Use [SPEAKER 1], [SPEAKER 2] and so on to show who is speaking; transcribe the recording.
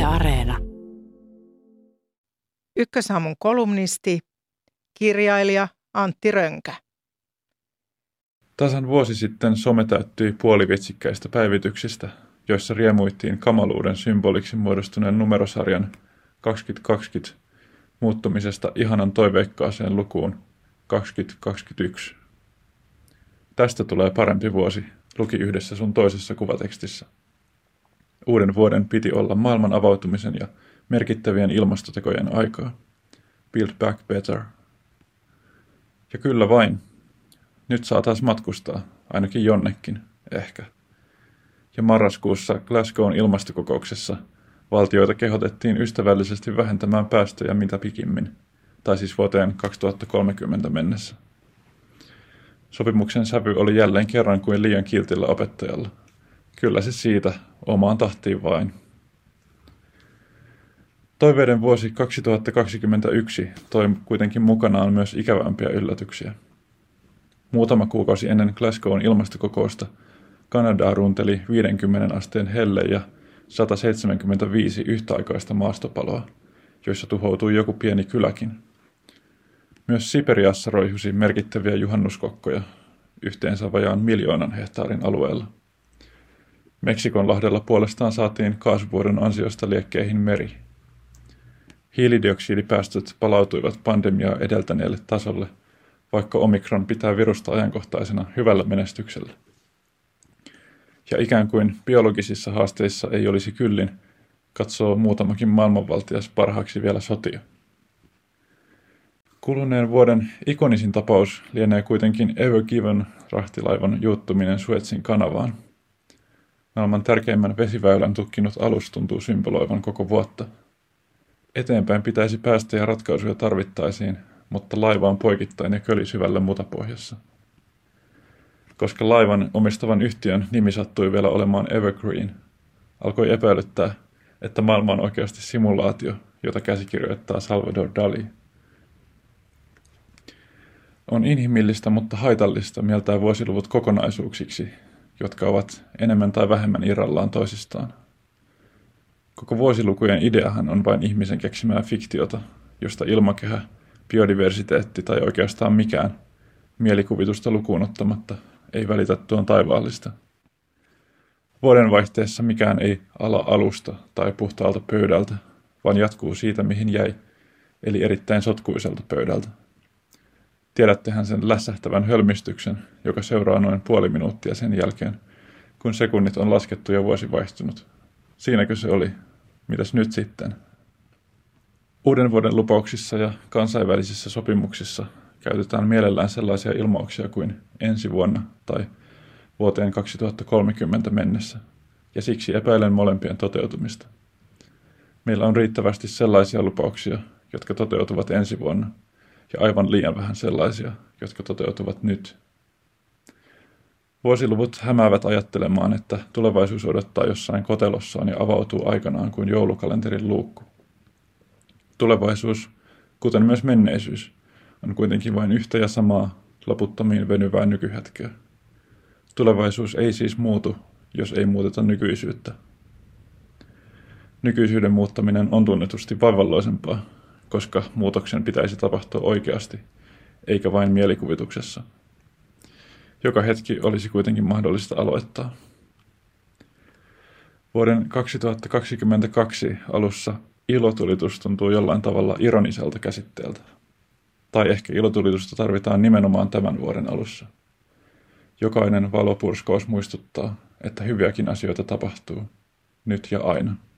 [SPEAKER 1] Areena.
[SPEAKER 2] Ykkösaamun kolumnisti, kirjailija Antti Rönkä.
[SPEAKER 3] Tasan vuosi sitten some täyttyi puolivitsikkäistä päivityksistä, joissa riemuittiin kamaluuden symboliksi muodostuneen numerosarjan 2020 muuttumisesta ihanan toiveikkaaseen lukuun 2021. Tästä tulee parempi vuosi, luki yhdessä sun toisessa kuvatekstissä. Uuden vuoden piti olla maailman avautumisen ja merkittävien ilmastotekojen aikaa. Build back better. Ja kyllä vain. Nyt saa taas matkustaa, ainakin jonnekin, ehkä. Ja marraskuussa Glasgown ilmastokokouksessa valtioita kehotettiin ystävällisesti vähentämään päästöjä mitä pikimmin, tai siis vuoteen 2030 mennessä. Sopimuksen sävy oli jälleen kerran kuin liian kiltillä opettajalla. Kyllä se siitä, omaan tahtiin vain. Toiveiden vuosi 2021 toi kuitenkin mukanaan myös ikävämpiä yllätyksiä. Muutama kuukausi ennen Glasgown ilmastokokousta Kanadaa runteli 50 asteen helle ja 175 yhtäaikaista maastopaloa, joissa tuhoutui joku pieni kyläkin. Myös Siperiassa roihusi merkittäviä juhannuskokkoja, yhteensä vajaan 1 000 000 hehtaarin alueella. Meksikonlahdella puolestaan saatiin kaasuvuodon ansiosta liekkeihin meri. Hiilidioksidipäästöt palautuivat pandemiaa edeltäneelle tasolle, vaikka Omikron pitää virusta ajankohtaisena hyvällä menestyksellä. Ja ikään kuin biologisissa haasteissa ei olisi kyllin, katsoo muutamakin maailmanvaltias parhaaksi vielä sotia. Kuluneen vuoden ikonisin tapaus lienee kuitenkin Ever Given -rahtilaivan juuttuminen Suezin kanavaan. Maailman tärkeimmän vesiväylän tukkinut alus tuntuu symboloivan koko vuotta. Eteenpäin pitäisi päästä ja ratkaisuja tarvittaisiin, mutta laiva on poikittain ja köli syvällä mutapohjassa. Koska laivan omistavan yhtiön nimi sattui vielä olemaan Evergreen, alkoi epäilyttää, että maailma on oikeasti simulaatio, jota käsikirjoittaa Salvador Dali. On inhimillistä, mutta haitallista mieltää vuosiluvut kokonaisuuksiksi, jotka ovat enemmän tai vähemmän irrallaan toisistaan. Koko vuosilukujen ideahan on vain ihmisen keksimää fiktiota, josta ilmakehä, biodiversiteetti tai oikeastaan mikään, mielikuvitusta lukuun ottamatta, ei välitä tuon taivaallista. Vuodenvaihteessa mikään ei ala alusta tai puhtaalta pöydältä, vaan jatkuu siitä mihin jäi, eli erittäin sotkuiselta pöydältä. Tiedättehän sen lässähtävän hölmistyksen, joka seuraa noin puoli minuuttia sen jälkeen, kun sekunnit on laskettu ja vuosi vaihtunut. Siinäkö se oli? Mitäs nyt sitten? Uuden vuoden lupauksissa ja kansainvälisissä sopimuksissa käytetään mielellään sellaisia ilmauksia kuin ensi vuonna tai vuoteen 2030 mennessä, ja siksi epäilen molempien toteutumista. Meillä on riittävästi sellaisia lupauksia, jotka toteutuvat ensi vuonna, ja aivan liian vähän sellaisia, jotka toteutuvat nyt. Vuosiluvut hämäävät ajattelemaan, että tulevaisuus odottaa jossain kotelossaan ja avautuu aikanaan kuin joulukalenterin luukku. Tulevaisuus, kuten myös menneisyys, on kuitenkin vain yhtä ja samaa loputtomiin venyvää nykyhetkeä. Tulevaisuus ei siis muutu, jos ei muuteta nykyisyyttä. Nykyisyyden muuttaminen on tunnetusti vaivalloisempaa, koska muutoksen pitäisi tapahtua oikeasti, eikä vain mielikuvituksessa. Joka hetki olisi kuitenkin mahdollista aloittaa. Vuoden 2022 alussa ilotulitus tuntuu jollain tavalla ironiselta käsitteeltä. Tai ehkä ilotulitusta tarvitaan nimenomaan tämän vuoden alussa. Jokainen valopurskaus muistuttaa, että hyviäkin asioita tapahtuu, nyt ja aina.